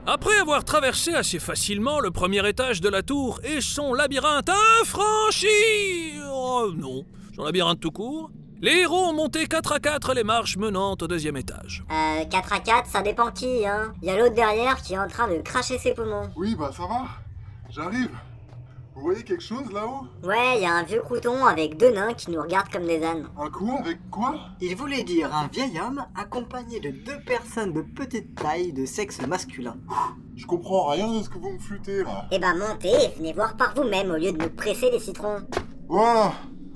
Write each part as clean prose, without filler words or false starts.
Après avoir traversé assez facilement le premier étage de la tour et son labyrinthe infranchi... Oh non, son labyrinthe tout court, les héros ont monté 4 à 4 les marches menant au deuxième étage. 4 à 4, ça dépend qui, hein. Il y a l'autre derrière qui est en train de cracher ses poumons. Oui, bah ça va. J'arrive. Vous voyez quelque chose là-haut? Ouais, il y a un vieux crouton avec 2 nains qui nous regardent comme des ânes. Un coup avec quoi? Il voulait dire un vieil homme accompagné de 2 personnes de petite taille de sexe masculin. Je comprends rien de ce que vous me flûtez là. Eh ben montez et venez voir par vous-même au lieu de nous presser les citrons. Voilà.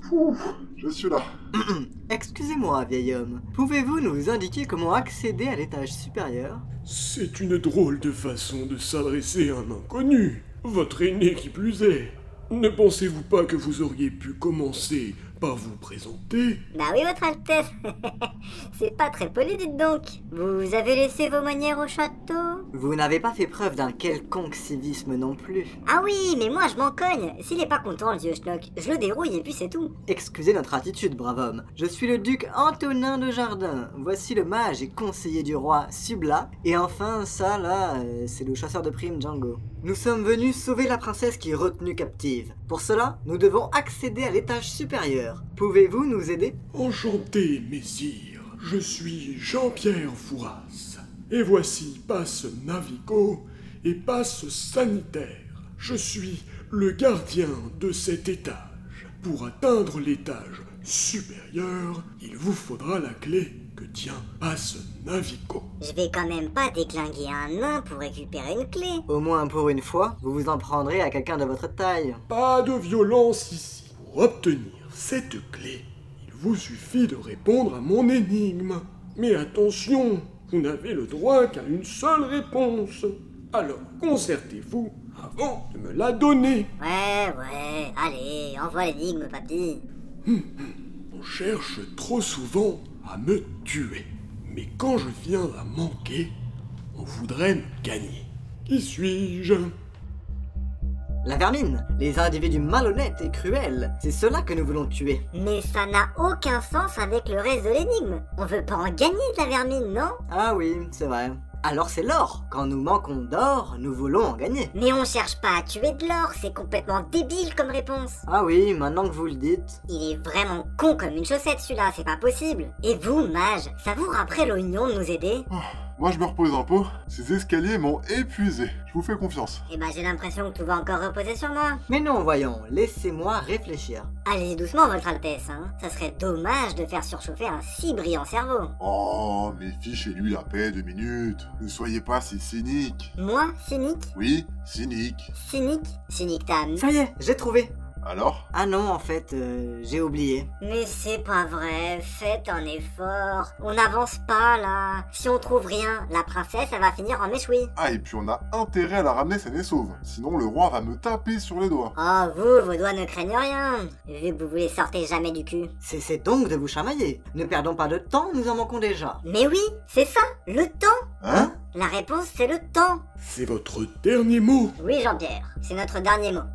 Je suis là. Excusez-moi, vieil homme. Pouvez-vous nous indiquer comment accéder à l'étage supérieur? C'est une drôle de façon de s'adresser à un inconnu. Votre aîné qui plus est. Ne pensez-vous pas que vous auriez pu commencer par vous présenter? Bah oui, votre Altesse. C'est pas très poli, dites donc. Vous avez laissé vos manières au château? Vous n'avez pas fait preuve d'un quelconque civisme non plus. Ah oui, mais moi je m'en cogne. S'il est pas content, le vieux schnock, je le dérouille et puis c'est tout. Excusez notre attitude, brave homme. Je suis le duc Antonin de Jardin. Voici le mage et conseiller du roi Subla. Et enfin, ça là, c'est le chasseur de primes Django. Nous sommes venus sauver la princesse qui est retenue captive. Pour cela, nous devons accéder à l'étage supérieur. Pouvez-vous nous aider? Enchanté, messire. Je suis Jean-Pierre Fouras. Et voici passe Navigo et passe sanitaire. Je suis le gardien de cet étage. Pour atteindre l'étage supérieur, il vous faudra la clé que tient passe Navigo. Je vais quand même pas déclinguer un nain pour récupérer une clé. Au moins pour une fois, vous vous en prendrez à quelqu'un de votre taille. Pas de violence ici. Pour obtenir cette clé, il vous suffit de répondre à mon énigme. Mais attention, vous n'avez le droit qu'à une seule réponse. Alors concertez-vous avant de me la donner. Ouais, allez, envoie l'énigme, papy. On cherche trop souvent à me tuer. Mais quand je viens à manquer, on voudrait me gagner. Qui suis-je? La vermine, les individus malhonnêtes et cruels, c'est cela que nous voulons tuer. Mais ça n'a aucun sens avec le reste de l'énigme. On veut pas en gagner de la vermine, non? Ah oui, c'est vrai. Alors c'est l'or. Quand nous manquons d'or, nous voulons en gagner. Mais on cherche pas à tuer de l'or, c'est complètement débile comme réponse. Ah oui, maintenant que vous le dites. Il est vraiment con comme une chaussette celui-là, c'est pas possible. Et vous, mage, ça vous rappellerait l'oignon de nous aider? Moi je me repose un peu. Ces escaliers m'ont épuisé. Je vous fais confiance. Eh ben j'ai l'impression que tout va encore reposer sur moi. Mais non, voyons, laissez-moi réfléchir. Allez doucement, votre Altesse, hein. Ça serait dommage de faire surchauffer un si brillant cerveau. Oh, mais fichez-lui la paix 2 minutes. Ne soyez pas si cynique. Moi, cynique? Oui, cynique. Cynique Tam. Ça y est, j'ai trouvé. Alors? Ah non, en fait, j'ai oublié. Mais c'est pas vrai, faites un effort. On n'avance pas là. Si on trouve rien, la princesse elle va finir en méchoui. Ah, et puis on a intérêt à la ramener saine et sauve. Sinon le roi va me taper sur les doigts. Oh, vos doigts ne craignent rien. Vu que vous les sortez jamais du cul. C'est donc de vous chamailler. Ne perdons pas de temps, nous en manquons déjà. Mais oui, c'est ça, le temps. Hein? La réponse c'est le temps. C'est votre dernier mot. Oui Jean-Pierre, c'est notre dernier mot.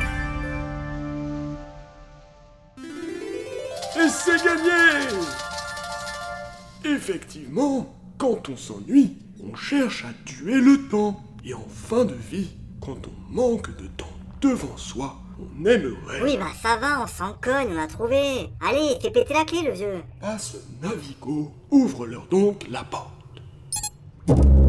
Et c'est gagné! Effectivement, quand on s'ennuie, on cherche à tuer le temps. Et en fin de vie, quand on manque de temps devant soi, on aimerait... Oui bah ça va, on s'en cogne, on a trouvé. Allez, fais péter la clé le vieux. Passe Navigo, ouvre-leur donc la porte.